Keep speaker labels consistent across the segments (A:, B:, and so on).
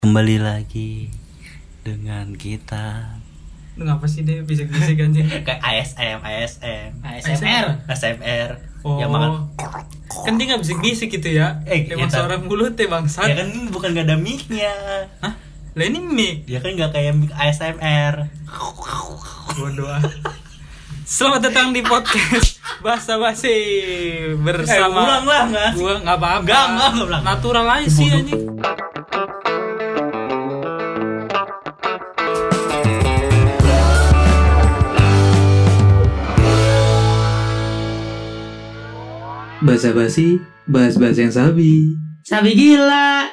A: Kembali lagi dengan kita.
B: Ngapa sih deh bisik-bisik anjing?
A: Kayak ASMR.
B: Oh.
A: Yang makan.
B: Kan dia nggak bisik-bisik gitu ya? Emang suara mulut ya bangsat.
A: Ya kan bukan gak ada mic-nya.
B: Hah? Lah ini mic.
A: Ya kan gak kayak mic ASMR.
B: Bodoh ah. Selamat datang di podcast Basa Basi bersama.
A: Ulang lah nggak?
B: Gua nggak apa-apa.
A: Nggak ulang.
B: Natural aja sih anjing.
C: Basa basi, bahas-bahas yang sabi.
A: Sabi gila.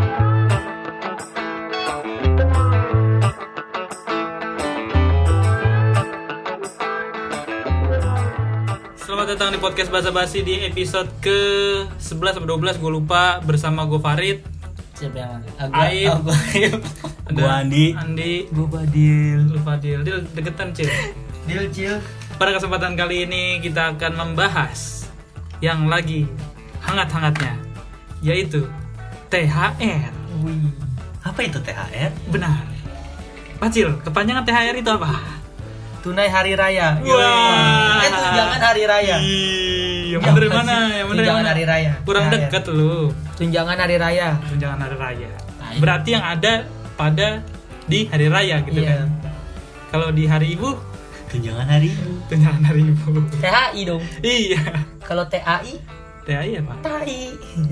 B: Selamat datang di podcast Basa Basi di episode ke-11 atau 12 gue lupa, bersama gue Farid.
A: Siapa yang
B: Aib.
A: Gua Andi.
B: Gue Fadil. Lu Fadil. Dil deketan Cil.
A: Deal chill.
B: Pada kesempatan kali ini kita akan membahas yang lagi hangat-hangatnya, yaitu THR.
A: Wih. Apa itu THR?
B: Benar. Pacil, kepanjangan THR itu apa?
A: Tunai hari raya.
B: Wah.
A: Tunjangan hari raya.
B: Yang bener mana? Yang bener
A: Tunjangan
B: mana?
A: hari raya.
B: Kurang
A: THR.
B: dekat lu.
A: Tunjangan hari raya.
B: Tunjangan hari raya.
A: Nah,
B: Berarti yang ada pada di hari raya gitu
A: Iya.
B: kan. Kalau di hari ibu,
A: Tunjangan hari ibu.
B: tunjangan hari ibu.
D: THI dong.
B: Iya.
D: Kalau TAI,
B: THI apa?
D: TAI.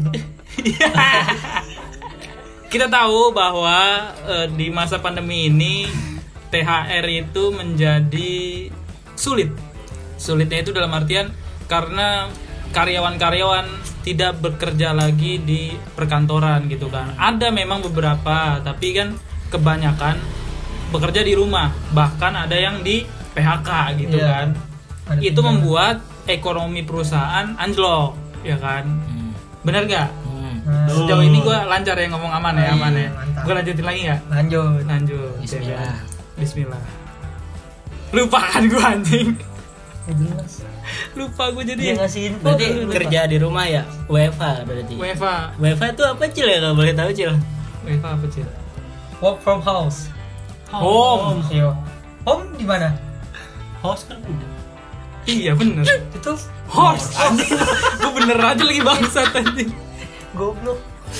B: Kita tahu bahwa di masa pandemi ini THR itu menjadi sulit. Sulitnya itu dalam artian karena karyawan-karyawan tidak bekerja lagi di perkantoran gitu kan. Ada memang beberapa, tapi kan kebanyakan bekerja di rumah. Bahkan ada yang di PHK gitu
D: Iya.
B: kan.
D: Ada
B: Itu
D: pinjaman.
B: membuat ekonomi perusahaan anjlok, ya kan? Benar gak? Sejauh ini gue lancar ya, ngomong aman ya, aman ya.
D: Mantap.
B: Gue lanjutin lagi nggak?
D: Lanjut.
B: Lanjut.
D: Bismillah.
B: Bismillah. Lupa kan gue anjing.
D: Jelas.
B: Lupa gue
D: Dia
B: jadi.
D: ngasih info.
E: Berarti
B: Lupa.
E: kerja di rumah ya? WFH berarti.
B: WFA.
E: WFH itu apa Cil ya kalau boleh tahu Cil?
B: WFA apa sih?
D: Work from house.
B: Home.
D: Yo. Home di mana?
A: Host kan udah.
B: Iya bener.
D: Itu
B: Host. Anjing. Gue bener aja lagi bangsat anjing.
D: goblok.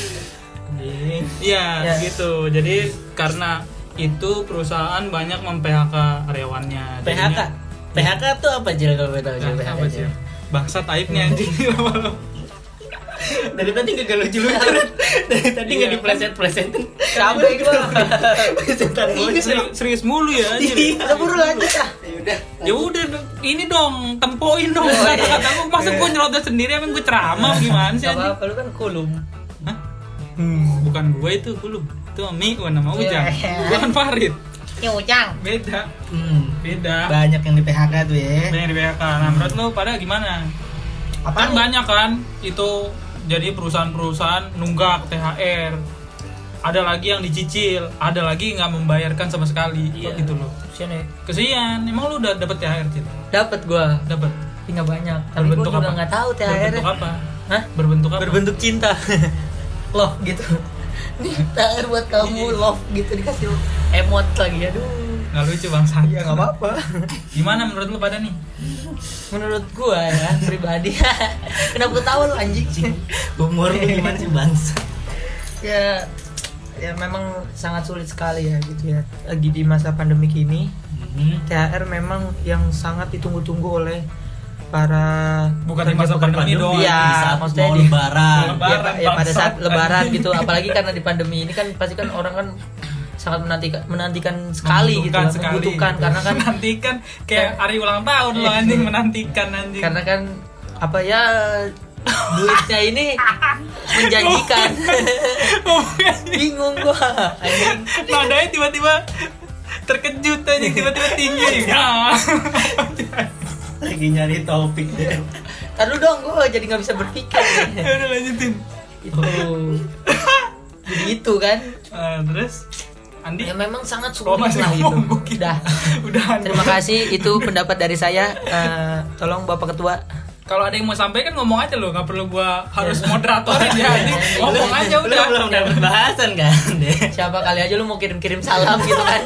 B: Iya
D: Ya.
B: gitu. Jadi karena itu perusahaan banyak mem-PHK karyawannya.
E: PHK. PHK tuh apa Cil kalau boleh tahu Cil?
B: Nah,
E: PHK
B: apa sih?
E: Cil?
B: Bangsat aibnya anjing.
E: Dari tadi gak lucu-lucu. Dari tadi
B: Iya.
E: gak dipleset-plesetin.
D: Capek gua.
E: Plesetan mulu.
B: Serius mulu ya anjing.
D: Udah buru lanjut ah.
B: Ya udah ini dong, tempoin dong kata-kata gue. Masa gue nyeloteh sendiri, emang gue ceramah gimana sih
D: Gak
B: anjing?
D: apa-apa, lu kan kulum.
B: Hah? Bukan gue itu, gue itu Mi, gue nama Ujang.
D: Iya.
B: Bukan Farid.
D: Ya Ujang.
B: Beda.
E: Hmm.
B: Beda.
E: Banyak yang di PHK tuh ya.
B: Banyak di PHK. Nah, menurut lo pada gimana? Kan banyak kan itu jadi perusahaan-perusahaan nunggak THR. Ada lagi yang dicicil, ada lagi nggak membayarkan sama sekali.
D: Iya.
B: Gitu loh.
D: Kesian ya.
B: Kesian. Emang lu udah dapet THR Cil?
D: Dapat gua.
B: Dapet.
D: Tapi nggak banyak. Tapi gua
B: Berbentuk
D: juga
B: apa?
D: nggak tahu THR.
B: Berbentuk apa?
D: Hah?
B: Berbentuk apa?
E: Berbentuk cinta.
D: Love gitu. Nih THR buat kamu, love gitu, dikasih emot lagi. Aduh.
B: Nggak lucu bangsa.
D: Ya nggak apa-apa.
B: Gimana menurut lu pada nih?
D: Menurut gua ya pribadi. Kenapa lu tahu lu anjing?
E: Umur lu gimana sih bangsa?
D: Ya memang sangat sulit sekali ya gitu ya. Lagi di masa pandemik ini, THR memang yang sangat ditunggu-tunggu oleh para
B: Bukan di masa pandemi doang.
D: Iya,
A: Di saat
D: maksudnya
A: mau
D: di
A: lebaran.
D: ya pada saat
B: bangsat.
D: lebaran gitu, apalagi karena di pandemi ini kan pasti kan orang kan sangat menantikan sekali gitu, membutuhkan karena kan
B: menantikan kayak hari ulang tahun lo anjing, menantikan anjing.
D: karena kan apa ya, duitnya ini menjanjikan. Bingung gua anjing.
B: Nadanya tiba-tiba terkejut anjing, tiba-tiba tinggi. Ya.
A: Lagi nyari topik deh.
D: Taruh dong, gua jadi nggak bisa berpikir nih.
B: Ya udah lanjutin.
D: Itu jadi itu kan
B: Terus Andi
D: ya memang sangat
B: Oh,
D: sulit
B: masih
D: lah gitu.
B: ngomong, gua kira.
D: Udah.
B: udah
D: Terima kasih, itu pendapat dari saya. Tolong Bapak Ketua.
B: Kalau ada yang mau sampaikan ngomong aja loh, nggak perlu gua harus moderatorin ya. Ngomong aja udah.
E: Belum dapat bahasan kan deh.
D: Siapa kali aja lu mau kirim-kirim salam gitu kan.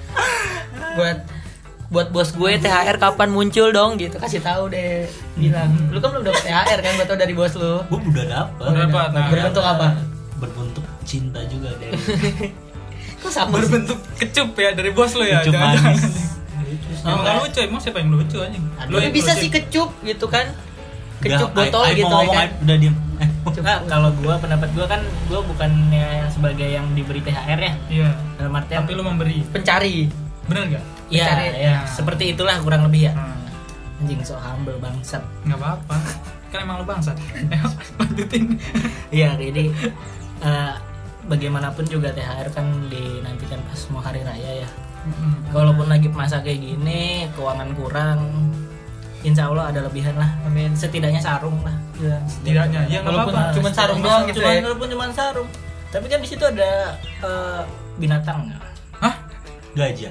D: Buat bos gue THR kapan muncul dong gitu, kasih tahu deh. Bilang, lu kan belum dapat THR kan, gua tau dari bos lu.
A: Gue udah dapet.
B: Udah dapat. Nah,
D: Berbentuk apa?
A: Berbentuk cinta juga deh.
D: Kok sama sih?
B: berbentuk kecup ya dari bos lo ya.
A: Kecup
B: Jangan-jangan.
A: manis.
B: Emang nggak lucu, emang siapa yang lucu anjing? Lo
D: Tapi
B: yang
D: bisa
B: lucu.
D: sih kecup gitu kan. Kecup
A: Udah,
D: botol
A: Aib
D: gitu
A: mau ngomong,
D: kan.
A: Aib, udah diem.
E: Nah, kalau pendapat gua kan gua bukannya sebagai yang diberi THR ya.
B: Iya.
E: Dalam artian
B: Tapi lo memberi.
D: Pencari.
B: Bener nggak?
E: iya
D: Mencari.
E: ya, seperti itulah kurang lebih ya.
B: Hmm.
E: Anjing so humble bangsat.
B: Nggak apa-apa. Kan emang lo bangsat. Lanjutin.
E: Iya, jadi bagaimanapun juga THR kan dinantikan pas mau hari raya ya. Walaupun lagi masa kayak gini, keuangan kurang, insya Allah ada lebihan lah.
D: Amin.
E: Setidaknya sarung lah.
D: Ya.
B: Setidaknya ya nggak
D: Walaupun
B: apa-apa.
D: cuma sarung doang gitu ya.
E: Walaupun cuma sarung. Tapi kan di situ ada binatang.
B: Hah?
A: Gajah.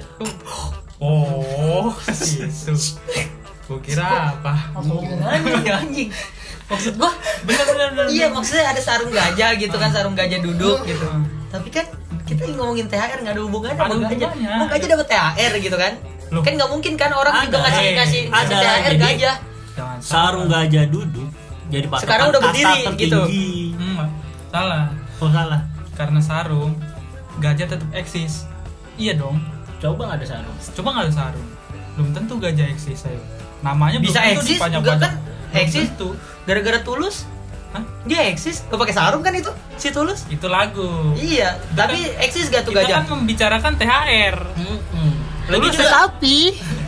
B: Oh, gitu. Gua kira apa?
D: Apa hubungannya anjing? Maksud gua
B: Bener.
D: iya, maksudnya ada sarung gajah gitu kan, sarung gajah duduk gitu. Tapi kan kita ngomongin THR nggak ada hubungannya
B: Ada
D: sama gajah.
B: hubungannya.
D: Mau gajah dapat THR gitu kan?
B: Loh.
D: Kan nggak mungkin kan orang juga
E: Ada.
D: ngasih
A: Ada.
D: THR
A: Jadi,
D: gajah.
B: Jangan
A: Sarung gajah duduk jadi patokan
D: Sekarang udah
A: kasta
D: berdiri, gitu.
A: tertinggi.
B: Salah.
A: Oh salah.
B: Karena sarung gajah tetap eksis. Iya dong.
E: Coba nggak ada sarung.
B: Coba nggak ada sarung. Belum tentu gajah eksis ayo. Namanya
D: Bisa
B: belum tentu
D: eksis
B: dipajang-pajang.
D: juga kan?
B: Belum
D: Eksis
B: tentu.
D: Gara-gara Tulus.
B: Hah?
D: Dia eksis. Gak pakai sarung kan itu? Si Tulus?
B: Itu lagu.
D: Iya,
B: Kita
D: tapi eksis gak tuh
B: Kita
D: gajah?
B: kan membicarakan THR.
E: Lagi
B: Tulus
E: juga
D: Tapi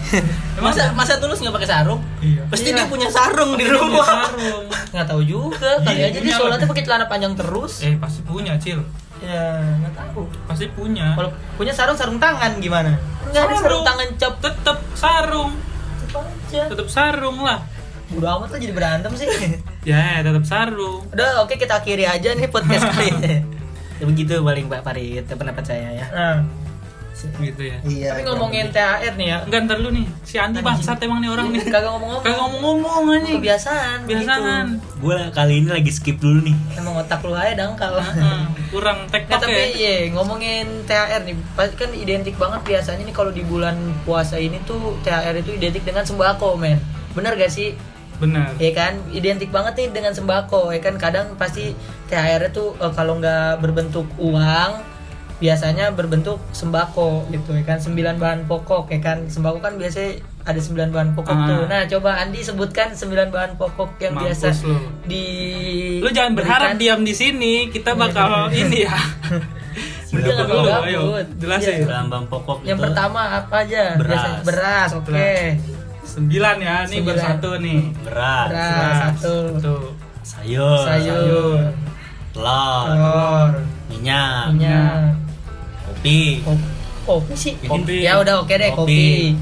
E: masa Tulus nggak pakai sarung?
B: Iya.
E: Pasti
D: Iya.
E: dia punya sarung di
B: Punya
E: rumah.
B: sarung.
D: nggak tahu juga. Kali
B: Iya,
D: aja dia
B: punya
D: sholatnya
B: lah.
D: pakai celana panjang terus.
B: Pasti punya, Cil.
D: Ya, nggak tahu.
B: Pasti punya.
D: Kalau punya sarung tangan gimana? Nggak ada sarung tangan cap.
B: Tetap sarung.
D: Apa aja.
B: Tetap sarung lah.
D: Udah amat lah jadi berantem sih.
B: Ya, tetap sarung.
D: Udah, oke, kita akhiri aja nih podcast kali ini.
E: Ya, begitu paling Pak Farid pendapat saya ya.
D: Nah,
B: Gitu ya.
E: Iya.
D: tapi ngomongin THR nih ya.
B: Enggak, ntar lu nih. Si Andi bangsat emang nih orang nih.
D: Kagak ngomong-ngomong.
B: Kagak ngomong-ngomong anjing.
D: Kebiasaan.
B: Biasaan.
D: begitu.
A: Gue kali ini lagi skip dulu nih.
D: Emang otak lu aja dangkal.
B: Kurang
D: Nah,
B: tektok
D: tapi
B: ya.
D: ngomongin THR nih, pasti kan identik banget biasanya nih kalau di bulan puasa ini tuh THR itu identik dengan sembako, men. Bener gak sih?
B: Benar.
D: Ya kan, identik banget nih dengan sembako. Ya kan, kadang pasti THR itu kalau nggak berbentuk uang, biasanya berbentuk sembako gitu ya kan, 9 bahan pokok ya kan. Sembako kan biasanya ada 9 bahan pokok tuh. Nah, coba Andi sebutkan 9 bahan pokok yang
B: Mampus
D: biasa
B: lu.
D: di
B: Lu jangan berharap
D: berikan.
B: diam di sini, kita bakal ini ya. Mendukung
D: Jangan
B: dulu,
D: gabut.
B: ayo. Jelasin.
D: Iya.
A: Bahan pokok
D: Yang
A: itu
D: pertama apa aja?
A: Beras.
D: Biasanya beras, oke.
B: 9 ya, ini baru
D: 9.
B: 1 nih.
A: beras,
D: Beras, satu.
B: Tuh.
A: sayur,
D: Sayur,
A: telur,
D: telur,
A: minyak,
D: minyak,
A: kopi,
D: kopi sih.
B: Kopi.
D: Ya udah, oke deh,
A: Kopi.
D: kopi.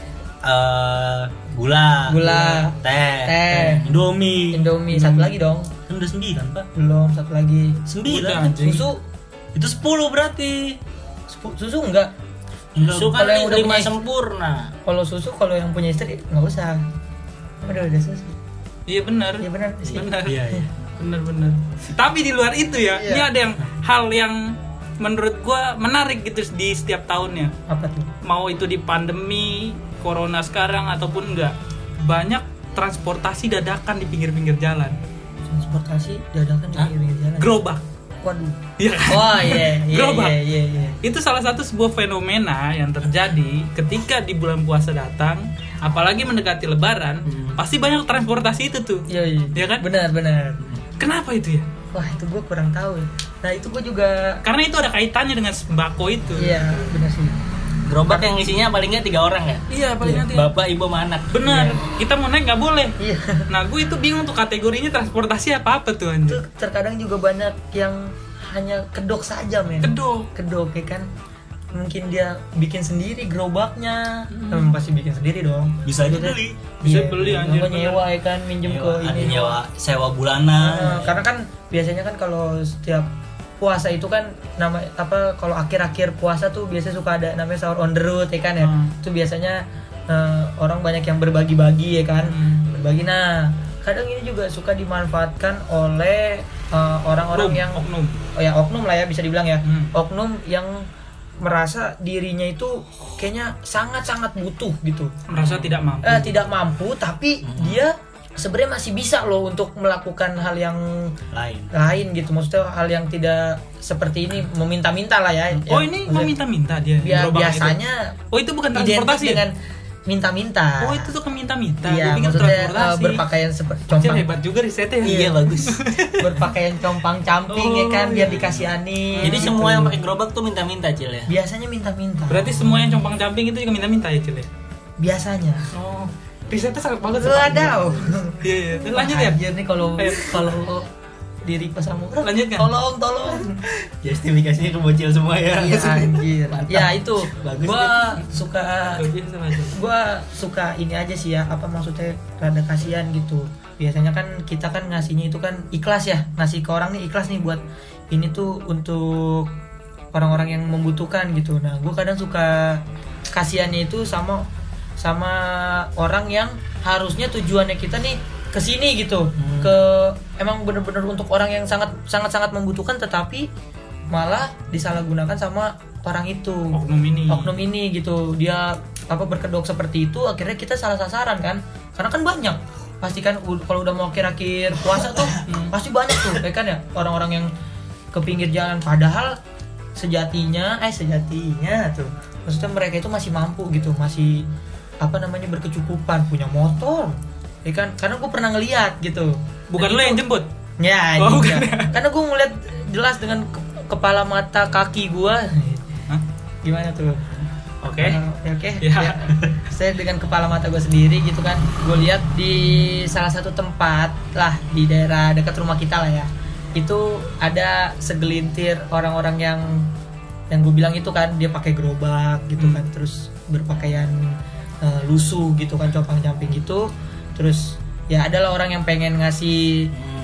A: Gula,
D: Gula,
A: teh, Indomie.
D: Indomie, satu lagi dong.
A: Kan udah 9 pak.
D: Belum, satu lagi.
A: 9
B: Udah, anjing.
D: Susu,
A: itu 10 berarti.
D: susu enggak.
E: Susu kan
D: Kalau yang udah
E: 5
D: punya-
E: sempurna.
D: Kalau susu, kalau yang punya istri nggak usah. Udah susu.
B: Iya benar.
D: Iya benar sih.
B: Benar.
A: Iya, iya.
B: Benar. Tapi di luar itu ya,
D: Iya.
B: ini ada yang hal yang menurut gua menarik gitu di setiap tahunnya.
D: Apa tuh?
B: Mau itu di pandemi corona sekarang ataupun enggak, banyak transportasi dadakan di pinggir-pinggir jalan.
D: Transportasi dadakan di pinggir jalan.
B: Gerobak.
D: Waduh.
B: Iya kan?
D: Wah, iya, iya,
B: Gerobak.
D: iya, iya.
B: Itu salah satu sebuah fenomena yang terjadi ketika di bulan puasa datang, apalagi mendekati lebaran, pasti banyak transportasi itu tuh.
D: Iya, iya.
B: Iya kan?
D: Benar, benar.
B: Kenapa itu ya?
D: Wah, itu gue kurang tahu ya. Nah, itu gue juga
B: Karena itu ada kaitannya dengan sembako itu.
D: iya, benar sih.
E: Gerobak yang isinya paling nggak 3 orang ya.
B: Iya, paling nanti.
E: Bapak, ibu, sama anak.
B: Benar. Kita mau naik nggak boleh.
D: Iya.
B: Nah, gue itu bingung tuh kategorinya transportasi apa tuh
D: Itu
B: anjir.
D: terkadang juga banyak yang hanya kedok saja, men. Kedok ya kan. Mungkin dia bikin sendiri gerobaknya. Pasti bikin sendiri dong.
A: Bisa aja
D: Iya kan?
A: beli.
B: Bisa
D: Iya,
B: beli, anjir,
D: nggak
B: bener.
D: nyewa ya kan, minjem ke
A: Ada
D: ini.
A: nyewa sewa bulanan.
D: Karena kan biasanya kan kalau setiap puasa itu kan nama apa, kalau akhir-akhir puasa tuh biasanya suka ada namanya sahur on the road ya kan ya. Itu biasanya orang banyak yang berbagi-bagi ya kan. Berbagi. Nah, kadang ini juga suka dimanfaatkan oleh orang-orang yang
B: oknum.
D: oknum lah ya bisa dibilang ya. Oknum yang merasa dirinya itu kayaknya sangat-sangat butuh gitu.
B: Merasa tidak mampu.
D: Tidak mampu tapi dia sebenarnya masih bisa loh untuk melakukan hal yang lain gitu. Maksudnya hal yang tidak seperti ini meminta-minta lah ya.
B: Oh ini meminta-minta dia.
D: Biasanya
B: itu. Oh itu bukan
D: identik
B: transportasi
D: dengan minta-minta.
B: Oh itu tuh minta-minta.
D: Iya,
B: Gua pikir
D: maksudnya
B: transportasi.
D: berpakaian seperti
B: Anjir,
D: compang.
B: hebat juga risetnya.
E: Iya bagus.
D: Berpakaian compang-camping ya kan biar dikasihani.
E: Jadi semua yang pakai gerobak tuh minta-minta Cil ya.
D: biasanya minta-minta.
B: Berarti semua yang compang-camping itu juga minta-minta ya Cil ya?
D: Biasanya.
B: Oh risetnya sangat bagus.
D: Wadaw.
B: Iya. Lanjut ya.
D: Anjir nih kalau diri sama orang.
B: Lanjut kan?
D: Tolong.
E: Justifikasinya kebocil semua ya.
D: Iya anjir. Ya itu.
E: Bagus,
D: Gua suka
B: Sama aja.
D: gua suka ini aja sih ya, apa maksudnya rada kasihan gitu. Biasanya kan kita kan ngasihnya itu kan ikhlas ya, ngasih ke orang nih ikhlas nih buat ini tuh untuk orang-orang yang membutuhkan gitu. Nah gue kadang suka kasihannya itu sama orang yang harusnya tujuannya kita nih kesini gitu, ke emang bener-bener untuk orang yang sangat membutuhkan, tetapi malah disalahgunakan sama orang itu, oknum ini gitu. Dia berkedok seperti itu, akhirnya kita salah sasaran kan, karena kan banyak pasti kan kalau udah mau akhir puasa tuh pasti banyak tuh ya kan ya orang-orang yang ke pinggir jalan, padahal sejatinya tuh maksudnya mereka itu masih mampu gitu, masih berkecukupan, punya motor ya kan, karena gue pernah ngeliat gitu.
B: Bukan lo yang jemput?
D: Ya,
B: oh,
D: bukan. Karena gue ngeliat jelas dengan kepala mata kaki gue. Gimana tuh?
B: Oke.
D: Ya. Saya dengan kepala mata gue sendiri gitu kan, gue lihat di salah satu tempat lah di daerah dekat rumah kita lah ya, itu ada segelintir orang-orang yang gue bilang itu kan, dia pakai gerobak gitu kan, terus berpakaian lusuh gitu kan, compang-camping gitu. Terus ya adalah orang yang pengen ngasih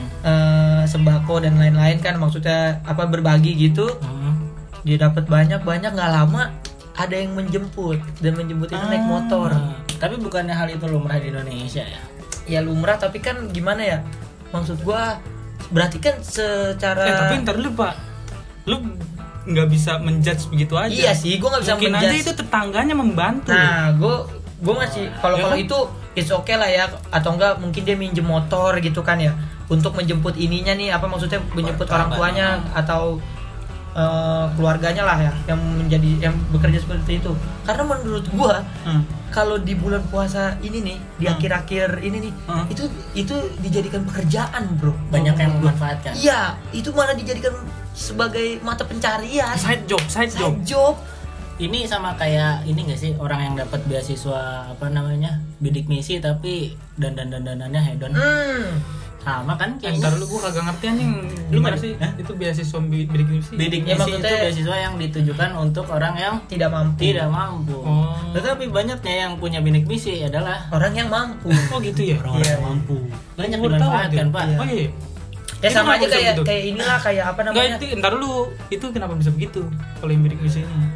D: sembako dan lain-lain kan, maksudnya berbagi gitu. Dia dapat banyak nggak lama ada yang menjemput, dan menjemput itu naik motor.
E: Tapi bukannya hal itu lumrah di Indonesia ya?
D: Ya lumrah, tapi kan gimana ya, maksud gua berarti kan secara
B: tapi ntar dulu Pak, lu nggak bisa menjudge begitu aja.
D: Iya sih, gua nggak bisa
B: mungkin
D: menjudge.
B: aja itu tetangganya membantu.
D: Nah gue masih kalau itu it's okay lah ya, atau enggak mungkin dia minjem motor gitu kan ya, untuk menjemput ininya nih, maksudnya menjemput orang tuanya atau keluarganya lah ya, yang bekerja seperti itu. Karena menurut gua kalau di bulan puasa ini nih, di akhir-akhir ini nih, itu dijadikan pekerjaan, bro.
E: Banyak yang memanfaatkan.
D: Iya, itu malah dijadikan sebagai mata pencarian,
B: side job.
E: Ini sama kayak ini nggak sih, orang yang dapat beasiswa bidik misi tapi dandannya hedon. Sama kan kayaknya.
B: Ntar lu gua kagak ngerti anjing. Lu mana sih? Itu beasiswa bidik misi.
E: Bidik misi itu beasiswa yang ditujukan untuk orang yang
D: tidak mampu.
E: Tetapi banyaknya yang punya bidik misi adalah
D: orang yang mampu.
B: Oh gitu ya.
D: Orang
A: yang mampu.
E: Banyak dimanfaatkan, Pak.
B: Oh iya.
D: Ya sama aja kayak inilah, kayak
B: Enggak, ntar dulu itu kenapa bisa begitu kalau yang bidik misi ini?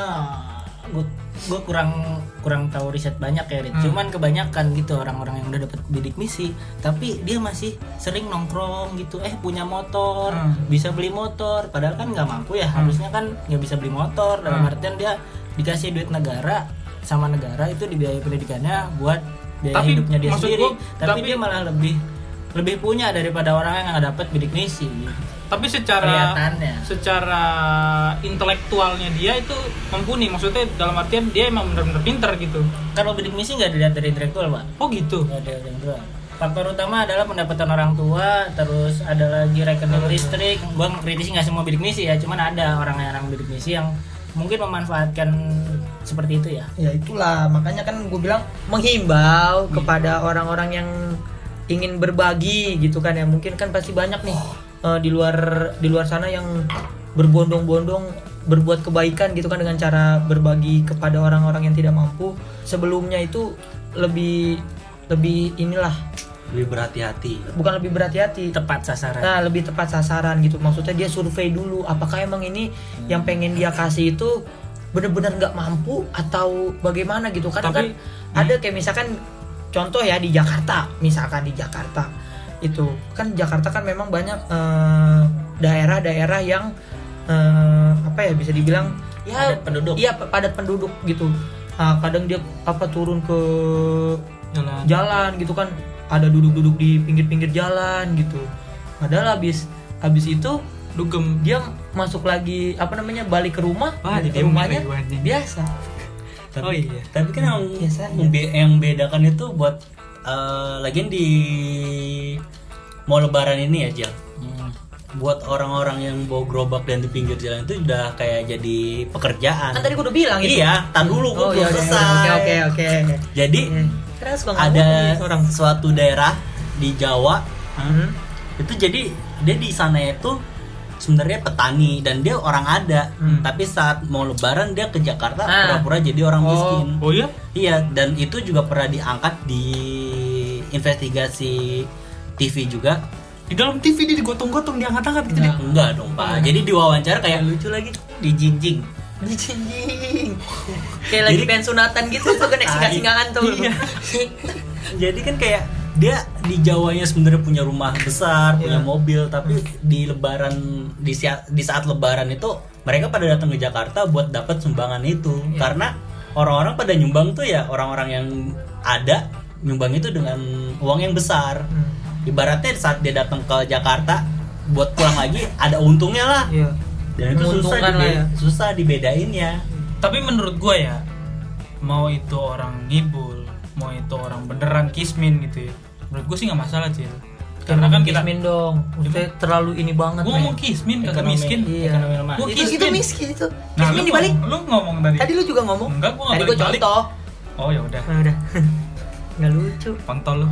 E: Gue kurang tahu riset banyak ya, cuman kebanyakan gitu orang-orang yang udah dapet bidik misi tapi dia masih sering nongkrong gitu, punya motor, bisa beli motor, padahal kan nggak mampu ya, harusnya kan nggak bisa beli motor, dalam artian dia dikasih duit negara sama negara itu dibiayai pendidikannya buat biaya hidupnya dia sendiri, tapi dia malah lebih punya daripada orang yang nggak dapet bidik misi gitu.
B: Tapi secara intelektualnya dia itu mumpuni, maksudnya dalam artian dia emang benar-benar pintar gitu.
E: Kalau bidik misi nggak dilihat dari intelektual, Pak.
B: Oh gitu.
E: Nggak ada intelektual. Faktor utama adalah pendapatan orang tua, terus ada lagi rekening listrik. Gua kritisi nggak semua bidik misi ya, cuman ada orang bidik misi yang mungkin memanfaatkan seperti itu ya.
D: Ya itulah, makanya kan gue bilang menghimbau kepada orang-orang yang ingin berbagi gitu kan ya, mungkin kan pasti banyak nih di luar sana yang berbondong-bondong berbuat kebaikan gitu kan dengan cara berbagi kepada orang-orang yang tidak mampu. Sebelumnya itu lebih berhati-hati. Bukan lebih berhati-hati,
E: tepat sasaran.
D: Nah, lebih tepat sasaran gitu. Maksudnya dia survei dulu apakah emang ini yang pengen dia kasih itu benar-benar nggak mampu atau bagaimana gitu. Karena kan ada kayak misalkan contoh ya di Jakarta, misalkan di Jakarta itu kan Jakarta kan memang banyak daerah-daerah yang bisa dibilang ya
E: Padat penduduk.
D: Iya, padat penduduk gitu. Kadang dia turun ke jalan gitu kan, ada duduk-duduk di pinggir-pinggir jalan gitu. Padahal habis itu
B: Dugem.
D: dia masuk lagi balik ke rumah,
B: Wah,
D: dan
B: jadi
D: ke rumahnya
B: ngeri anjing.
D: biasa.
A: Tapi,
B: Oh iya.
A: tapi kan
D: Biasanya.
A: yang bedakan itu buat lagian di mau lebaran ini ya Jal. Buat orang-orang yang bawa gerobak dan di pinggir jalan itu udah kayak jadi pekerjaan.
D: Kan tadi gua udah bilang itu.
A: Iya, tar dulu gua belum
D: iya,
A: selesai.
D: Oke.
A: Jadi
D: Karena suka
A: ada
D: ngomong orang.
A: suatu daerah di Jawa itu jadi dia di sana itu sebenarnya petani dan dia orang ada, tapi saat mau lebaran dia ke Jakarta pura-pura jadi orang miskin.
B: Oh iya?
A: Iya, dan itu juga pernah diangkat di investigasi TV juga.
B: Di dalam TV dia digotong-gotong, diangkat-angkat gitu dia.
A: Enggak dong Pak, jadi diwawancara kayak
D: Lucu lagi.
E: Dijinjing.
D: Dijinjing. Kayak lagi pensunatan gitu tuh kan singa-singaan tuh.
A: Iya. Jadi kan kayak dia di Jawanya sebenarnya punya rumah besar, punya mobil, tapi di lebaran di saat lebaran itu mereka pada datang ke Jakarta buat dapat sumbangan itu. Karena orang-orang pada nyumbang tuh ya orang-orang yang ada nyumbang itu dengan uang yang besar. Ibaratnya saat dia datang ke Jakarta buat pulang lagi ada untungnya lah.
D: Iya.
A: Dan itu
D: Menguntungkan lah ya.
A: susah dibedainnya.
B: Tapi menurut gua ya, mau itu orang ngibul, mau itu orang beneran kismin gitu ya, menurut gua sih nggak masalah Cil. Karena kan kita
D: kismin dong. Maksudnya terlalu ini banget.
B: gua ngomong kismin kagak miskin.
D: Iya.
E: Ekonomi lemah.
B: Gua
D: Itu
B: kismin.
D: miskin itu.
B: Nah,
D: Kismin
B: lu
D: dibalik.
B: lu ngomong tadi.
D: Tadi lu juga ngomong.
B: Enggak, gua nggak
D: Tadi gua
B: balik-balik.
D: contoh.
B: Oh ya udah,
D: Udah. Nggak lucu.
B: kontol lu.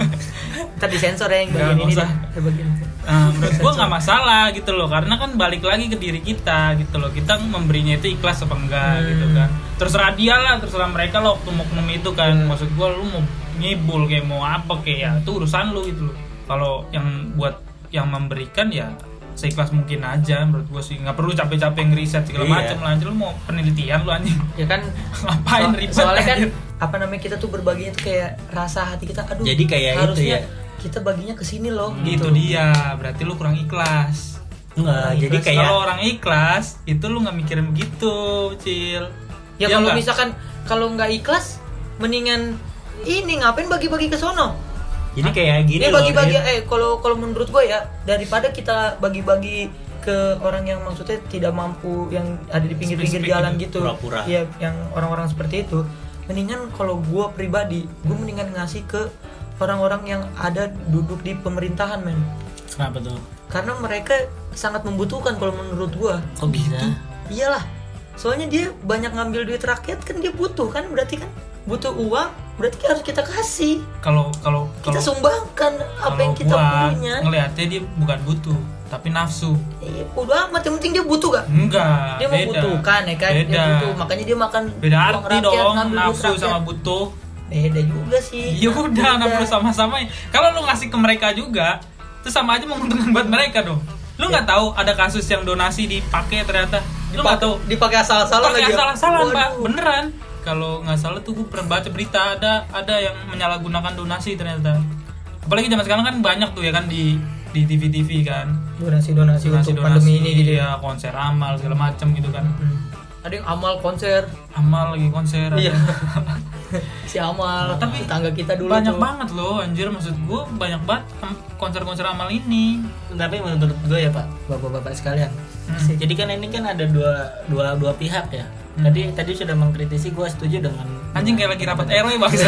D: Ntar disensor ya yang
B: Nggak,
D: bagian ini.
B: nggak usah.
D: deh. Bagian itu.
B: Menurut gua nggak masalah gitu loh, karena kan balik lagi ke diri kita gitu loh, kita memberinya itu ikhlas apa enggak gitu kan. Terserah dia lah, terserah mereka lah oknum-oknum itu kan. Maksud gua lu mau ngibul kayak mau apa kayak ya itu urusan lu gitu loh. Kalau yang buat yang memberikan ya seikhlas mungkin aja menurut gua sih, nggak perlu capek-capek ngeriset segala
A: Iya.
B: macam lah. Lu mau penelitian lu anjing.
D: Ya kan
B: Ngapain ribet
D: soalnya kan
B: anjir.
D: kita tuh berbaginya tuh kayak rasa hati kita, aduh
A: Jadi kayak itu
D: harusnya
A: ya.
D: kita baginya ke sini loh
B: Itu
D: gitu.
B: dia, berarti lu kurang ikhlas.
A: Enggak, jadi kayak
B: Kalau orang ikhlas itu lu nggak mikirin begitu, Cil.
D: Ya kalau
B: nggak?
D: misalkan kalau nggak ikhlas mendingan ini ngapain bagi-bagi ke sono.
A: jadi kayak gini
D: Ini
A: loh.
D: bagi-bagi
A: Rin.
D: kalau menurut gue ya, daripada kita bagi-bagi ke orang yang maksudnya tidak mampu yang ada di pinggir-pinggir
B: Spesifik
D: jalan
B: gitu,
D: gitu.
A: pura-pura.
D: Iya, yang orang-orang seperti itu. Mendingan kalau gue pribadi, gue mendingan ngasih ke orang-orang yang ada duduk di pemerintahan, men.
E: Kenapa tuh?
D: Karena mereka sangat membutuhkan kalau menurut gue.
E: Kok bisa?
D: Iyalah. Soalnya dia banyak ngambil duit rakyat kan, dia butuh kan, berarti kan butuh uang, berarti harus kita kasih.
B: Kalau
D: Kita sumbangkan apa yang kita
B: gua
D: punya.
B: ngelihatnya dia bukan butuh, tapi nafsu.
D: Udah amat, yang penting dia butuh gak?
B: Enggak,
D: Dia
B: beda.
D: membutuhkan ya kan, dia
B: Beda.
D: butuh, makanya dia makan
B: Beda
D: uang
B: arti
D: rakyat,
B: dong,
D: ngambil duit
B: nafsu
D: rakyat.
B: sama butuh.
D: Beda juga sih.
B: Ya udah,
D: Beda.
B: nggak perlu sama-sama. Kalau lu ngasih ke mereka juga, itu sama aja menguntungkan buat mereka dong. Lu nggak tahu ada kasus yang donasi dipakai ternyata. Lu nggak tahu.
D: Dipakai asal-asalan
B: Pakai
D: lagi.
B: asal-asalan,
D: Waduh.
B: Pak. Beneran. Kalau nggak salah tuh gue pernah baca berita ada yang menyalahgunakan donasi ternyata. Apalagi zaman sekarang kan banyak tuh ya kan di TV-TV kan.
D: Donasi untuk pandemi ini gitu ya.
B: ya, konser amal segala macam gitu kan.
D: Ada yang amal konser.
B: Amal lagi konser.
D: Iya.
B: ada.
D: Si amal,
B: Tapi
D: tangga kita dulu
B: Banyak
D: tuh.
B: banget loh anjir, maksud gue banyak banget konser-konser amal ini.
E: Tapi menurut gue ya Pak, bapak-bapak sekalian. Jadi kan ini kan ada dua pihak ya. Tadi sudah mengkritisi, gue setuju dengan
B: Anjing kayak lagi rapat RW bangsa.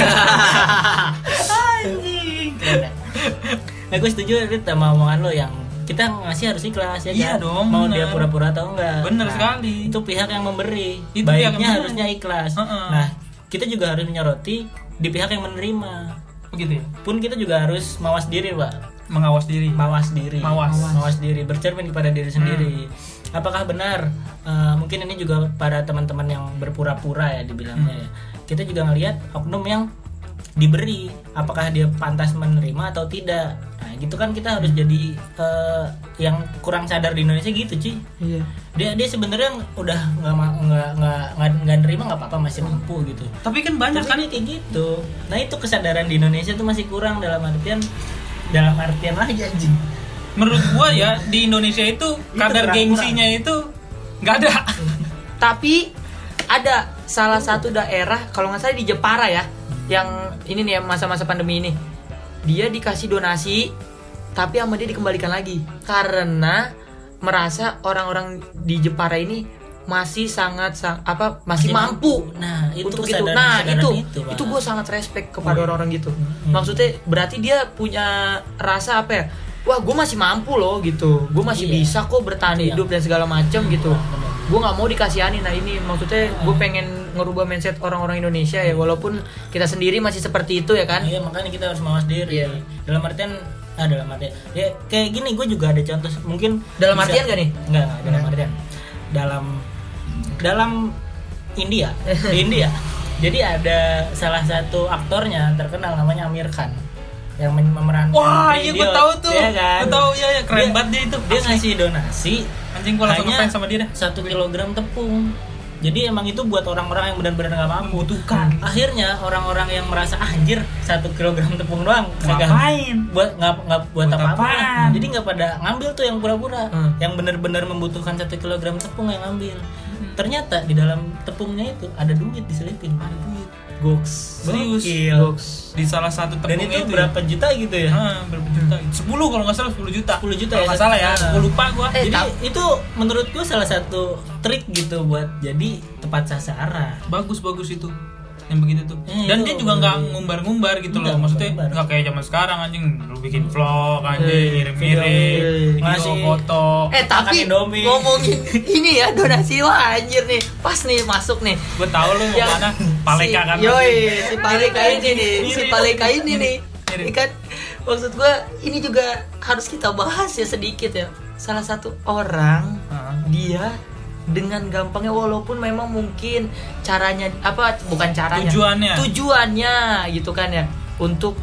E: anjing. Keren, ya? Nah gue setuju Rit, sama omongan lo yang kita ngasih harus ikhlas ya
B: Iya
E: kan?
B: dong,
E: Mau
B: bener.
E: dia pura-pura atau enggak.
B: Bener
E: Nah,
B: sekali.
E: Itu pihak yang memberi.
B: Itu pihak
E: Baiknya
B: yang
E: harusnya ikhlas.
B: Heeh.
E: Nah, kita juga harus menyoroti di pihak yang menerima.
B: Begitu ya.
E: Pun kita juga harus mawas diri, Pak.
B: Mengawas diri.
E: Mawas diri.
B: Mawas.
E: Diri, bercermin kepada diri sendiri. Apakah benar? Mungkin ini juga pada teman-teman yang berpura-pura ya dibilangnya ya. Kita juga ngelihat oknum yang diberi, apakah dia pantas menerima atau tidak. Nah, gitu kan kita harus jadi yang kurang sadar di Indonesia gitu, Ci.
D: Iya.
E: Dia sebenarnya udah nggak menerima nggak apa-apa, masih mampu gitu.
B: Tapi kan banyak kan
E: Tapi kayak gitu. Nah itu kesadaran di Indonesia tuh masih kurang dalam artian lagi anjing.
B: menurut gua ya di Indonesia itu kadar
E: kurang.
B: gengsinya itu nggak ada.
D: Tapi ada salah satu daerah kalau nggak salah di Jepara ya, yang ini nih ya, masa-masa pandemi ini dia dikasih donasi tapi sama dia dikembalikan lagi karena merasa orang-orang di Jepara ini masih masih mampu
E: Nah itu
D: untuk itu.
E: kesadaran,
D: Nah
E: kesadaran
D: itu
E: Pak.
D: gue sangat respect kepada orang-orang gitu. Maksudnya berarti dia punya rasa apa ya? Wah gue masih mampu loh gitu. Gue masih
E: Iya.
D: bisa kok bertahan
E: Iya.
D: hidup dan segala macam gitu.
E: Benar.
D: Gue nggak mau dikasihani. Nah ini maksudnya gue pengen ngerubah mindset orang-orang Indonesia ya, walaupun kita sendiri masih seperti itu ya kan.
E: Iya makanya kita harus mawas diri.
D: Iya.
E: Dalam artian ya kayak gini, gue juga ada contoh mungkin
D: Dalam
E: bisa-
D: artian gak nih?
E: Enggak, dalam artian dalam India di India. Jadi ada salah satu aktornya terkenal namanya Amir Khan yang memerankan
B: Wah, iya gue
E: Idiot,
B: tahu tuh.
E: ya kan?
B: Gue tahu ya, keren banget dia itu.
E: Dia
B: Asli.
E: ngasih donasi
B: Anjing gue langsung
E: hanya
B: ngefans sama dia dah.
E: 1 kilogram tepung. Jadi emang itu buat orang-orang yang benar-benar nggak mampu.
B: Membutuhkan.
E: Akhirnya orang-orang yang merasa anjir 1 kilogram tepung doang kagak
B: Ngapain?
E: nggak buat
B: Buat
E: apa-apa.
B: apaan?
E: Jadi nggak pada ngambil tuh yang pura-pura.
D: Hmm.
E: Yang benar-benar membutuhkan 1 kilogram tepung yang ngambil. Ternyata di dalam tepungnya itu ada duit diselipin. Ada duit. Goks.
B: Serius?
E: Gokil.
B: Di salah satu
E: Dan
B: tepung
E: itu
B: ya.
E: berapa juta gitu ya?
B: Berapa juta? 10 kalau nggak salah 10 juta.
E: 10 juta
B: kalau
E: ya,
B: nggak salah ya.
E: satu-
B: Gue lupa gue.
D: Eh,
E: Jadi itu menurut gue salah satu trik gitu buat jadi tepat sasaran.
B: Bagus itu. Yang begitu tuh. Dan
E: itu
B: dia juga nggak
E: bener.
B: ngumbar-ngumbar gitu loh.
E: Nggak
B: Maksudnya
E: ngumbar.
B: nggak kayak zaman sekarang anjing lu bikin vlog anjing, ngirim-ngirim,
E: video,
B: video,
E: ngasih
B: foto.
E: Makan
D: Tapi
E: Indomie.
D: ngomongin ini ya donasi, wah anjir nih, pas nih masuk nih.
B: Gue tahu lu mau
D: Yang
B: mana? Paleka kan.
D: si Paleka ini nih, si Paleka ini nih.
B: Mirip.
D: Ini kan maksud gue ini juga harus kita bahas ya sedikit ya. Salah satu orang dia dengan gampangnya, walaupun memang mungkin caranya bukan caranya, tujuannya gitu kan ya, untuk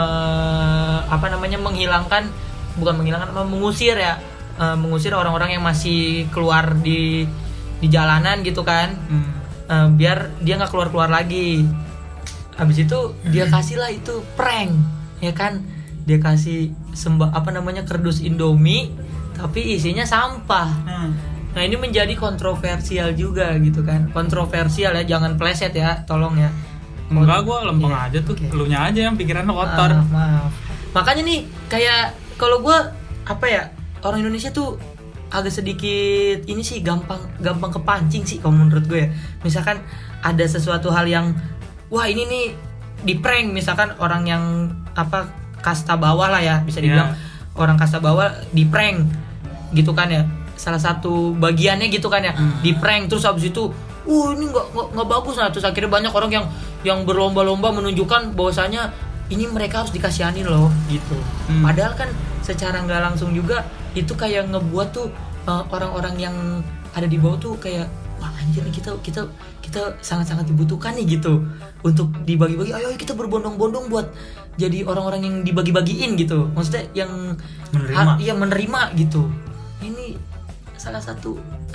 D: mengusir ya, mengusir orang-orang yang masih keluar di jalanan gitu kan. Biar dia nggak keluar lagi. Habis itu dia kasihlah itu prank ya kan, dia kasih kardus Indomie tapi isinya sampah. Nah ini menjadi kontroversial juga gitu kan, kontroversial ya, jangan pleset ya, tolong ya.
B: Enggak, gue lempeng
D: Iya.
B: aja tuh.
D: Oke.
B: Elunya aja yang pikiran kotor.
D: Maaf. Makanya nih kayak kalau gue orang Indonesia tuh agak sedikit ini sih gampang kepancing sih kalau menurut gue ya. Misalkan ada sesuatu hal yang wah ini nih di prank, misalkan orang yang kasta bawah lah ya, bisa dibilang orang kasta bawah di prank gitu kan ya, salah satu bagiannya gitu kan ya, di prank terus habis itu ini nggak bagus. Nah terus akhirnya banyak orang yang berlomba-lomba menunjukkan bahwasanya ini mereka harus dikasihanin loh gitu. Padahal kan secara nggak langsung juga itu kayak ngebuat tuh orang-orang yang ada di bawah tuh kayak wah anjir nih kita sangat-sangat dibutuhkan nih gitu untuk dibagi-bagi. Ayo kita berbondong-bondong buat jadi orang-orang yang dibagi-bagiin gitu. Maksudnya yang menerima gitu. Ini salah satu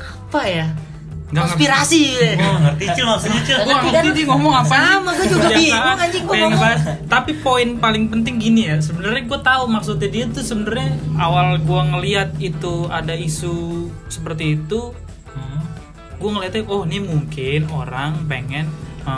D: konspirasi.
A: Ngerti Cil maksudnya Cil.
B: Gue ngerti dia ngomong apa.
D: Sama gue juga bingung anjing gue ngomong.
B: Tapi poin paling penting gini ya, sebenarnya gue tahu maksudnya dia tuh sebenarnya awal gue ngelihat itu ada isu seperti itu, gue ngeliatnya ini mungkin orang pengen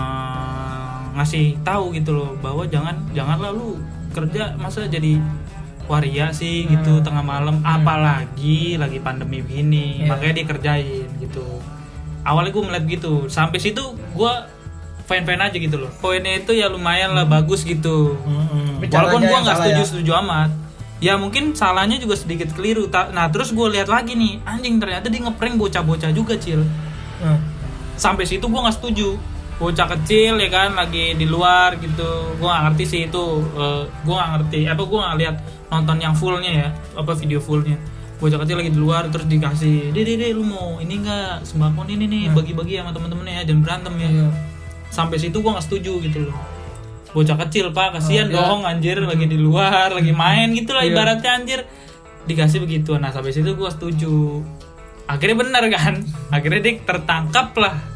B: ngasih tahu gitu loh bahwa janganlah lu kerja masa jadi waria sih gitu tengah malam, apalagi lagi pandemi begini, makanya dia kerjain gitu. Awalnya gue melihat gitu, sampai situ gue fine aja gitu loh. Poinnya itu ya lumayan lah, bagus gitu. Walaupun gue nggak setuju amat. Ya mungkin salahnya juga sedikit keliru. Nah terus gue lihat lagi nih, anjing ternyata dia ngeprank bocah-bocah juga Cil. Sampai situ gue nggak setuju. Bocah kecil ya kan lagi di luar gitu. Gue nggak ngerti sih itu. Gue nggak ngerti. Gue nggak lihat nonton yang fullnya ya, video fullnya. Bocah kecil lagi di luar terus dikasih, deh lu mau ini nggak sembako ini nih bagi-bagi sama temen-temennya ya, jangan berantem ya. Sampai situ gue nggak setuju gitu loh. Bocah kecil pak, kasihan dong anjir, lagi di luar, lagi main gitu lah ibaratnya anjir, dikasih begitu. Nah sampai situ gue setuju. Akhirnya benar kan, akhirnya dia tertangkap lah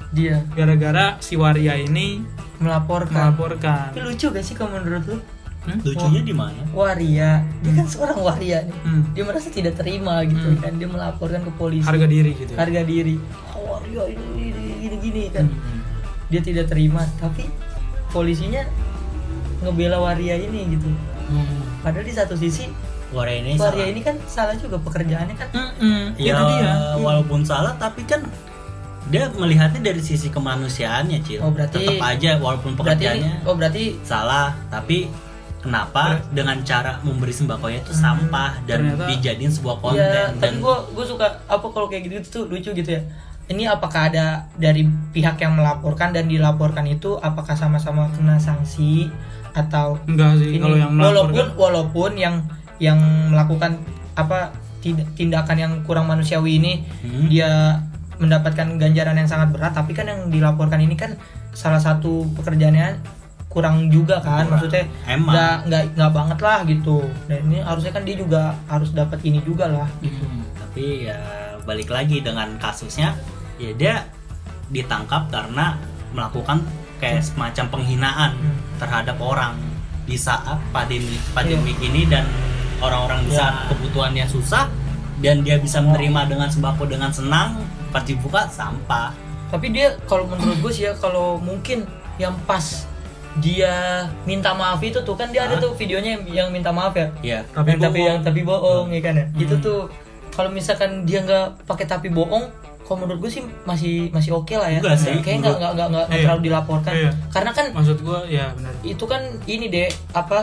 D: Dia
B: gara-gara si waria ini
D: melaporkan.
B: melaporkan.
D: Tapi lucu gak sih kalau menurut lu?
A: Lucunya di mana?
D: Waria, dia kan seorang waria nih. Dia merasa tidak terima gitu kan, dia melaporkan ke polisi.
B: Harga diri gitu.
D: Harga diri. Oh, waria ini gini kan. Dia tidak terima, tapi polisinya ngebela waria ini gitu. Padahal di satu sisi
A: Waria
D: ini kan salah juga pekerjaannya kan.
A: Ya,
B: Itu dia.
A: walaupun salah tapi kan dia melihatnya dari sisi kemanusiaannya, Cil.
D: Oh, berarti-
A: tetap aja walaupun pekerjaannya
D: Berarti
A: salah, tapi kenapa dengan cara memberi sembakonya itu sampah dan
B: Ternyata-
A: dijadiin sebuah konten
D: ya,
A: dan
D: tapi gue suka apa kalau kayak gitu tuh lucu gitu ya. Ini apakah ada dari pihak yang melaporkan dan dilaporkan itu apakah sama-sama kena sanksi atau
B: Enggak sih
D: ini
B: kalau yang melaporkan.
D: walaupun yang melakukan apa tindakan yang kurang manusiawi ini dia mendapatkan ganjaran yang sangat berat, tapi kan yang dilaporkan ini kan salah satu pekerjaannya kurang juga kan, maksudnya
A: Emang.
D: nggak banget lah gitu. Dan ini harusnya kan dia juga harus dapat ini juga lah gitu.
A: Tapi ya balik lagi dengan kasusnya, ya dia ditangkap karena melakukan kayak semacam penghinaan terhadap orang di saat pandemi ini, dan orang-orang di saat kebutuhannya susah dan dia bisa menerima dengan sembako dengan senang, pas dibuka sampah.
D: Tapi dia kalau menurut gue sih ya, kalau mungkin yang pas dia minta maaf itu tuh kan dia ada tuh videonya yang minta maaf ya.
A: Iya.
D: Tapi bohong ya kan ya. Itu tuh kalau misalkan dia nggak pakai tapi bohong, kalau menurut gue sih masih oke lah ya.
A: Enggak sih,
D: Kayaknya nggak
B: Iya.
D: terlalu dilaporkan.
B: Iya.
D: Karena kan
B: Maksud gua ya benar.
D: itu kan ini deh apa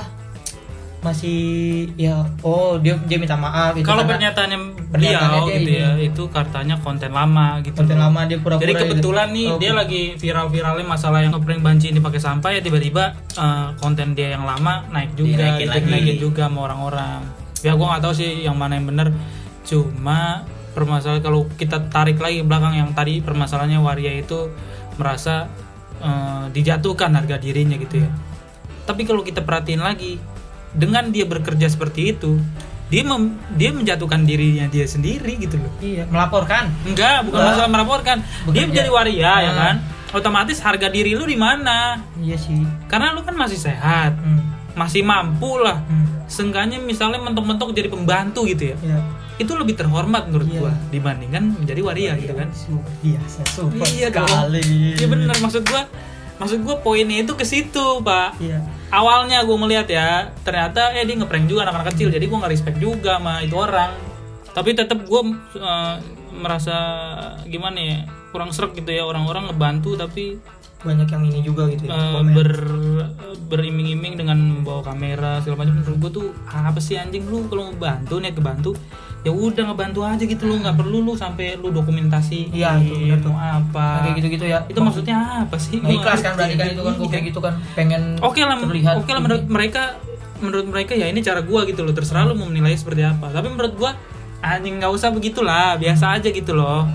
D: masih ya dia minta maaf itu
B: Kalau
D: karena
B: pernyataannya
D: pernyataannya
B: beliau
D: dia
B: gitu
D: ini.
B: ya, itu katanya konten lama gitu.
D: konten
B: loh.
D: lama dia pura-pura.
B: Jadi kebetulan
D: gitu.
B: nih
D: Oh,
B: dia lagi viral-viralnya masalah yang ngeprank banci ini pakai sampah, ya tiba-tiba konten dia yang lama naik juga, dinaikin juga sama orang-orang. Ya gua nggak tahu sih yang mana yang benar. Cuma permasalahan kalau kita tarik lagi ke belakang, yang tadi permasalahannya waria itu merasa dijatuhkan harga dirinya gitu ya. Tapi kalau kita perhatiin lagi, dengan dia bekerja seperti itu, dia menjatuhkan dirinya dia sendiri gitu loh.
D: Iya, melaporkan.
B: Enggak, bukan masalah melaporkan. Dia menjadi waria ya kan. Otomatis harga diri lu di mana?
D: Iya sih.
B: Karena lu kan masih sehat, masih mampu lah. Seenggaknya misalnya mentok-mentok jadi pembantu gitu ya.
D: Iya.
B: Itu lebih terhormat menurut
D: Iya.
B: gua dibandingkan menjadi waria gitu kan.
D: Biasa super
B: Iya dong.
D: sekali.
B: Iya benar, maksud gua poinnya itu ke situ, Pak.
D: Iya.
B: Awalnya gue melihat ya, ternyata dia ngeprank juga anak-anak kecil, jadi gue nggak respect juga sama itu orang. Tapi tetap gue merasa gimana ya, kurang sreg gitu ya, orang-orang ngebantu tapi
D: Banyak yang ini juga gitu ya.
B: beriming-iming dengan membawa kamera segala macam. Menurut gue tuh apa sih anjing, lu kalau ngebantu niat kebantu ya udah ngebantu aja gitu, lu nggak perlu lu sampai lu dokumentasi.
D: Iya, itu benar tuh.
B: mau apa
D: Kayak gitu-gitu ya.
B: itu maksudnya apa sih?
D: Nggak ikhlas kan berarti kan itu kan kok kayak gitu kan pengen
B: Oke lah
D: terlihat.
B: menurut mereka ya ini cara gua gitu loh, terserah lu mau menilai seperti apa. Tapi menurut gua anjing nggak usah begitulah, biasa aja gitu loh.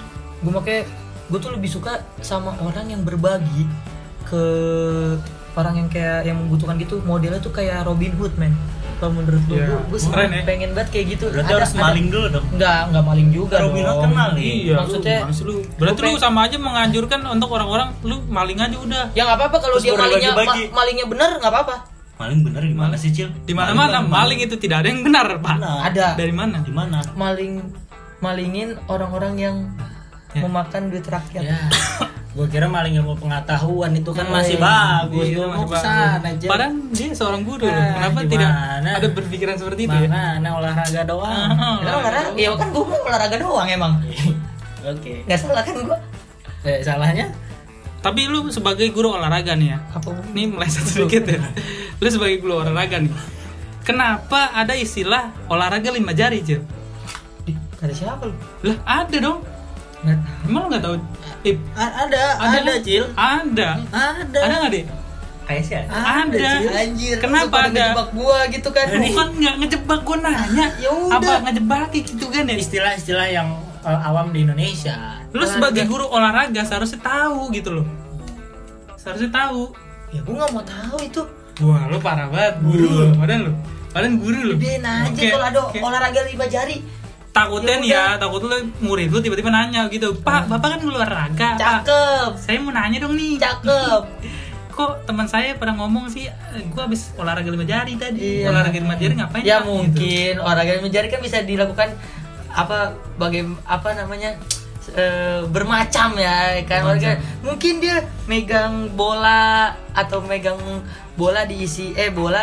D: Gue tuh lebih suka sama orang yang berbagi ke orang yang kayak yang membutuhkan gitu. Modelnya tuh kayak Robin Hood, men. Kalau menurut gue,
B: Iya.
D: gue
B: Keren ya.
D: pengen banget kayak gitu.
A: Berarti harus maling dulu dong.
D: Enggak maling juga
A: Robin Hood
D: dong.
A: kan maling.
B: Iya,
D: Maksudnya,
B: lu berarti lu sama aja menganjurkan untuk orang-orang lu maling aja udah.
D: Ya nggak apa-apa kalau
A: Terus
D: dia
A: baru
D: malingnya
A: bagi-bagi.
D: malingnya benar nggak apa-apa.
A: Maling bener gimana sih, Cil?
B: Di mana-mana maling itu tidak ada yang benar, Pak.
A: Benar.
D: Ada
B: Dari mana?
A: Di mana?
D: malingin orang-orang yang
B: Ya.
D: memakan duit rakyat.
E: Ya. Gue kira maling ilmu pengetahuan itu kan
D: Oh,
E: masih
D: iya.
E: bagus.
B: Iya,
E: Gue
B: masih
E: mau kesana aja.
B: Padahal dia seorang guru loh.
E: Nah,
B: Kenapa
E: gimana?
B: tidak ada berpikiran seperti itu ya?
E: Mana olahraga doang.
D: Kan olahraga, ya kan gue olahraga doang emang.
E: Oke.
D: Nggak salah kan gue?
E: Salahnya?
B: Tapi lu sebagai guru olahraga nih ya.
D: Apa?
B: Ini meleset sedikit ya. Lu sebagai guru olahraga nih. Kenapa ada istilah olahraga 5 jari, Cil?
D: Kata siapa lu?
B: Lah, ada dong.
D: Nggak tahu.
B: Emang lu enggak tahu? Ip,
E: Ada,
B: kan?
E: Cil.
B: Ada.
E: Ada.
B: Ada enggak, Dek?
A: Kayak sih ada.
B: Ada.
E: Cil.
D: Anjir,
B: Kenapa
D: lu pada
B: ada?
D: ngejebak gua gitu kan?
B: Bukan enggak ngejebak, gua nanya.
D: Ya udah.
B: Apa ngejebak gitu kan ya?
E: Istilah-istilah yang awam di Indonesia.
B: Lu sebagai guru olahraga seharusnya tahu gitu loh. Seharusnya tahu.
D: Ya gua nggak mau tahu itu.
B: Wah, lu parah banget guru. Padahal guru lu.
D: Gedein aja
B: Oke,
D: kalau ada
B: oke.
D: olahraga 5 jari.
B: Takutnya
D: Ya
B: nih ya, takut lu murid lu tiba-tiba nanya gitu, Pak, Bapak kan olahraga, Pak.
D: Cakep.
B: Saya mau nanya dong nih.
D: Cakep.
B: Kok teman saya pada ngomong sih, gua habis olahraga 5 jari tadi.
D: Iya.
B: Olahraga 5 jari ngapain?
D: Ya
B: Pak?
D: mungkin olahraga 5 jari kan bisa dilakukan bermacam ya kan. Mungkin dia megang bola atau megang bola diisi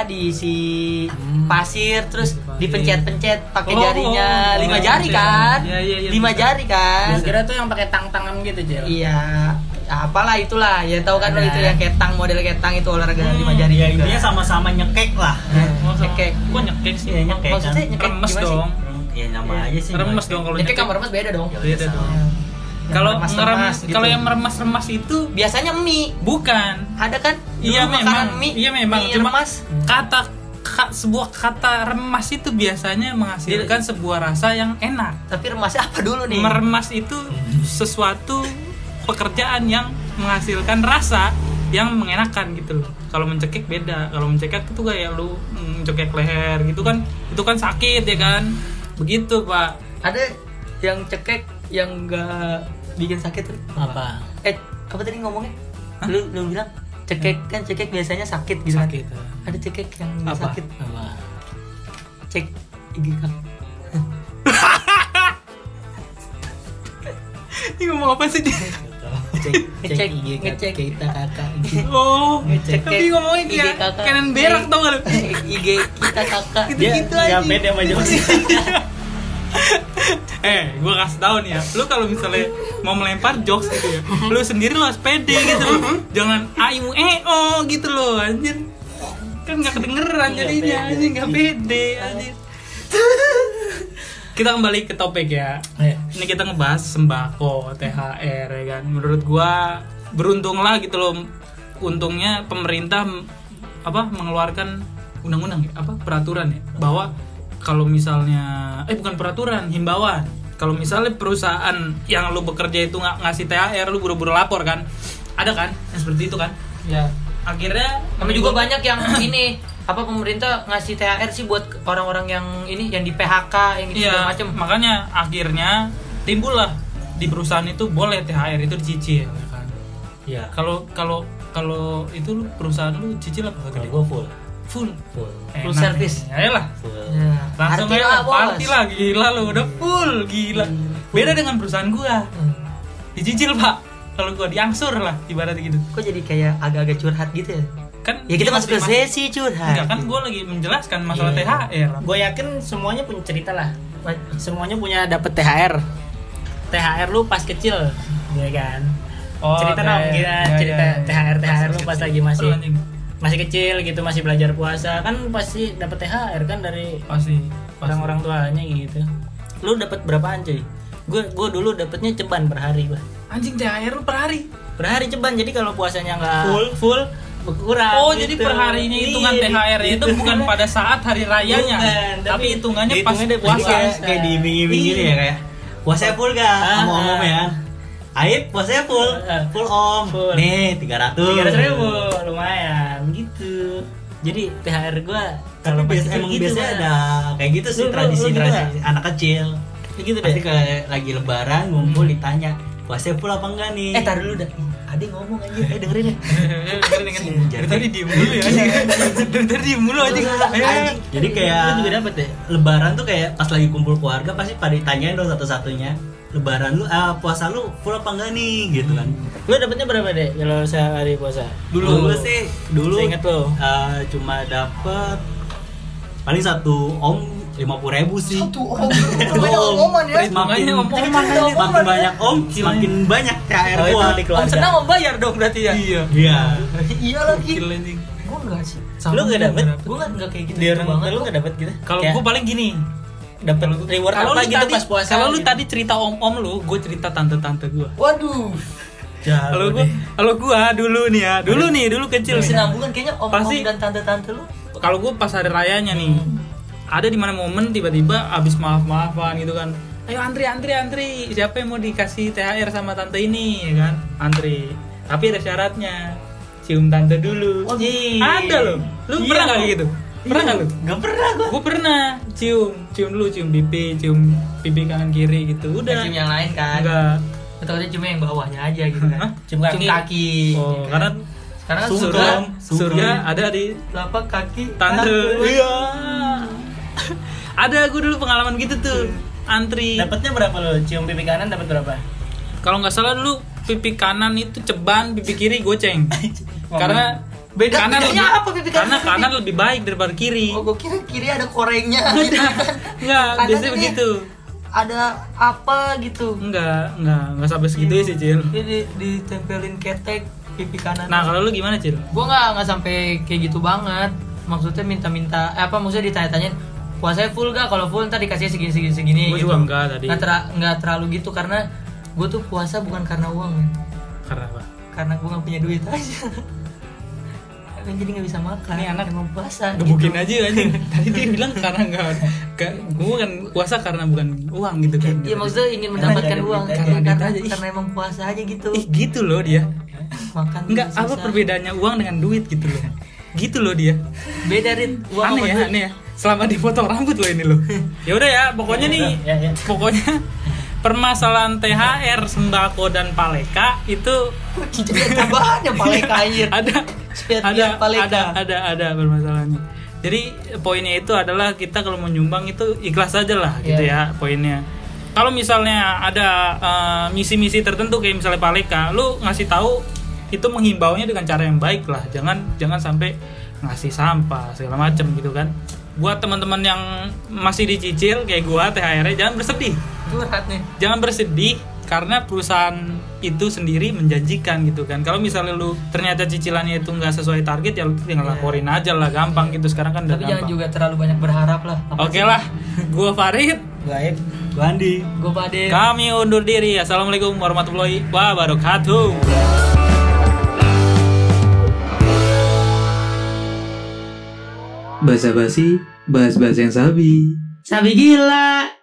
D: pasir terus dipencet-pencet pakai jarinya 5 jari kan.
B: Iya,
D: 5 jari kan.
E: Gua kira tuh yang pakai tangan gitu, Jel.
D: Iya, apalah itulah. Ya tahu kan lo itu yang ketang, model ketang itu olahraga 5 jari
A: Ya
D: juga.
A: intinya sama-sama nyekek lah.
D: Nyekek.
B: Kok nyekek sih?
A: Iya, nyekek kan.
D: Maksudnya nyekek
B: Remes
D: gimana sih?
B: dong.
A: Ya nama aja sih.
B: Remes dong kalau
D: Nyekek
B: nyekek.
D: sama remes beda dong.
B: Beda dong.
D: Yang
B: Kalau
D: remas-remas gitu.
B: kalau yang meremas-remas itu
D: biasanya mie
B: bukan.
D: ada kan?
B: Iya
D: Dulu
B: memang.
D: makanan mie,
B: Iya memang.
D: mie
B: Cuma
D: remas.
B: sebuah kata remas itu biasanya menghasilkan sebuah rasa yang enak.
D: Tapi remasnya apa dulu nih?
B: Meremas itu sesuatu pekerjaan yang menghasilkan rasa yang mengenakan gitu loh. Kalau mencekik beda. Kalau mencekik itu kayak lu mencekik leher gitu kan, itu kan sakit ya kan. Begitu, Pak.
D: Ada yang cekek yang enggak bikin sakit tuh.
E: Apa?
D: Apa tadi ngomongnya? Lu bilang cekek kan, cekek biasanya sakit gitu kan.
B: Sakit.
D: Ada cekek yang nggak
B: Apa?
D: sakit.
E: Apa?
D: Cek gigi kan.
B: Ini ngomong apa sih dia?
D: Ngecek
E: IG
D: ngecek
E: kita kakak.
B: Oh,
D: Ngecek
B: tapi ngomongnya
D: IG
B: kayak
D: kakak.
B: kanan berak tau gak lu?
D: IG kita kakak.
B: Gitu-gitu
A: Dia
B: aja.
A: nggak pede sama jokes.
B: Gue kasih tahu nih ya, lu kalau misalnya mau melempar jokes gitu ya, lu sendiri lu harus pede gitu loh, jangan ayu gitu loh, anjir, kan nggak kedengeran jadinya, anjir nggak pede, anjir. Kita kembali ke topik ya. Ini kita ngebahas sembako, THR ya kan. Menurut gua beruntunglah gitu loh. Untungnya pemerintah mengeluarkan undang-undang peraturan ya, bahwa kalau misalnya bukan peraturan, himbauan. Kalau misalnya perusahaan yang lu bekerja itu nggak ngasih THR, lu buru-buru lapor kan. Ada kan yang seperti itu kan?
D: Ya.
B: Akhirnya
D: Tapi juga banyak yang ini pemerintah ngasih THR sih buat orang-orang yang ini yang di PHK yang gitu segala macem.
B: Makanya akhirnya timbullah di perusahaan itu boleh THR itu dicicil ya kan.
A: Iya.
B: Kalau itu lu perusahaan lu cicil apa
A: Kalau
B: gede?
A: gue full.
B: Full
D: Full service.
B: Ayolah.
A: Full.
D: Ya.
B: Langsung
D: Party
B: aja
D: lah, bos.
B: party lah, gila lu udah full gila. Beda dengan perusahaan gua. Dicicil, Pak. Kalau gua diangsur lah ibaratnya gitu.
D: Kok jadi kayak agak-agak curhat gitu ya?
B: Kan
D: Ya kita
B: dia
D: masuk ke
B: masih-
D: sesi curhat.
B: Enggak kan gua lagi menjelaskan masalah
D: Iya.
B: THR.
E: Gue yakin semuanya punya cerita lah. Semuanya punya dapet THR. THR lu pas kecil, ya kan?
B: Oh,
E: cerita dong,
B: THR.
E: kita
B: Ya,
E: cerita
B: ya, ya.
E: THR lu pas lagi
B: Anjing.
E: masih kecil gitu, masih belajar puasa kan pasti dapet THR kan dari
B: Pasti.
E: orang-orang tuanya gitu. Lu dapet berapaan cuy? Gue dulu dapetnya ceban per hari gua.
B: Anjing THR lu per hari.
E: Per hari ceban, jadi kalau puasanya nggak full berkurang.
B: Oh,
E: gitu.
B: jadi per harinya hitungan
E: Iya,
B: THR itu
E: gitu.
B: bukan pada saat hari rayanya.
E: Bukan,
B: tapi hitungannya pas
E: hitungnya
B: puasa.
A: Kayak diiming-iming gini ya kayak puasanya full gak? Sama om ya. Aib puasanya full. Full om.
E: Full.
A: Nih 300.
E: 300.000 lumayan gitu. Jadi THR gua
A: Tapi
E: pas kecil
A: emang
E: gitu,
A: biasanya
E: Bang.
A: ada kayak gitu sih
E: Lu gitu
A: tradisi-tradisi anak kecil.
E: gitu
A: Pasti
E: deh.
A: kayak lagi lebaran ngumpul ditanya puasanya full apa enggak nih?
D: Tar dulu dah. Ada yang ngomong aja, dengerin ya.
B: Dari tadi diem dulu ya. Dari tadi diem dulu aja.
A: Anjing. Jadi kayak
E: Lu juga dapet deh.
A: lebaran tuh kayak pas lagi kumpul keluarga pasti pada ditanyain dong satu-satunya. Lebaran lu puasa lu full apa enggak nih gitu kan.
E: Lu dapetnya berapa deh kalau sehari puasa?
A: Dulu
E: Saya inget lo.
A: cuma dapet paling satu om 50.000 sih.
D: om. Banyak omongan ya.
B: Makanya om-oman aja.
A: Semakin banyak om, semakin banyak THR
E: Oh, itu
A: gua.
E: di keluarga.
D: Om senang om bayar dong berarti ya.
B: Iya.
A: Iya.
D: Iya lagi.
B: Gila anjing.
D: Gue enggak sih.
E: Lu nggak dapet?
D: Gue enggak kayak gitu.
E: Di orang
D: banget.
E: tua lu nggak dapet gitu?
B: Kalau
E: Kayak
B: gua paling gini.
E: dapet reward
B: Kalau
E: apa
B: lu
E: gitu
B: tadi
E: pas puasa?
B: kalau lu
E: gitu.
B: tadi cerita om-om lu, gue cerita tante-tante gua.
D: Waduh.
B: Kalau gua dulu nih ya, dulu kecil.
D: Sinambungan kayaknya om
B: Pasti-
D: dan tante-tante lu.
B: Kalau gue pas hari rayanya nih, ada di mana momen tiba-tiba abis maaf-maafan gitu kan, ayo antri, siapa yang mau dikasih THR sama tante ini ya kan, antri, tapi ada syaratnya, cium tante dulu. Ada loh, lu
A: Iya.
B: pernah nggak kayak gitu? Pernah nggak lu?
A: Gak pernah gua.
B: Gue pernah cium dulu, cium pipi kanan kiri gitu, udah.
D: Cium yang lain kan.
B: Enggak,
D: Takutnya cuma yang bawahnya aja gitu kan.
E: Cium kaki.
B: Oh,
D: ya kan?
B: karena
D: Karena
B: surga ada di
D: telapak kaki
B: tante. Iya. Ada, gue dulu pengalaman gitu tuh. Antri.
E: Dapatnya berapa lo? Cium pipi kanan dapat berapa?
B: Kalau nggak salah dulu pipi kanan itu ceban, pipi kiri goceng. Karena
D: bedanya
B: lebih,
D: apa pipi kanan?
B: karena kanan lebih baik daripada kiri.
D: Oh, gue kira kiri ada korengnya gitu kan.
B: Enggak,
D: Kanan
B: biasanya
D: ini
B: begitu.
D: Ada apa gitu.
B: Enggak sampai segitu ya sih, Cil.
D: Jadi ditempelin ketek pipi kanan.
B: Nah, kalau lu gimana, Cil?
D: Gue nggak sampai kayak gitu banget. Maksudnya minta-minta maksudnya ditanya-tanyain puasanya full gak? Kalau full ntar dikasih segini.
B: Gue
D: gitu.
B: juga enggak tadi.
D: Nggak terlalu gitu karena gue tuh puasa bukan karena uang men.
B: Karena apa?
D: Karena gue nggak punya duit aja. Kan jadi nggak bisa makan.
B: Ini anak
D: emang puasa.
B: Gebukin
D: gitu.
B: aja anjing. Tadi dia bilang karena gue kan puasa karena bukan uang gitu kan.
D: Iya maksudnya ingin mendapatkan
E: Karena
D: uang
E: ada
B: duit aja.
D: karena emang puasa aja gitu.
B: Ih, gitu loh dia.
D: Makan
B: Enggak,
D: susah.
B: apa perbedaannya uang dengan duit gitu loh. Gitu loh dia.
D: Beda Rin. Uang
B: Aneh
D: sama
B: ya,
D: duit.
B: aneh ya. Selama dipotong rambut loh ini loh. Ya udah ya, pokoknya nih.
E: Ya.
B: Pokoknya permasalahan THR, sembako dan paleka itu
D: Jadi tambahannya paleka air.
B: ada permasalahannya. Jadi poinnya itu adalah kita kalau mau nyumbang itu ikhlas aja lah gitu ya poinnya. Kalau misalnya ada misi-misi tertentu kayak misalnya paleka, lu ngasih tahu itu menghimbaunya dengan cara yang baik lah. Jangan sampai ngasih sampah segala macam gitu kan. Buat teman-teman yang masih dicicil kayak gua THR-nya jangan bersedih.
D: Curhat nih.
B: Jangan bersedih karena perusahaan itu sendiri menjanjikan gitu kan. Kalau misalnya lu ternyata cicilannya itu nggak sesuai target ya lu tinggal laporin aja lah, gampang gitu sekarang kan udah
D: Tapi jangan
B: gampang.
D: juga terlalu banyak berharap lah.
B: Oke lah, gua Farid,
E: Baik.
A: Gua Andi.
D: Gue Pade.
B: kami undur diri. Assalamualaikum warahmatullahi wabarakatuh.
C: Basa-basi, bahas-bahas yang sabi.
D: Sabi gila.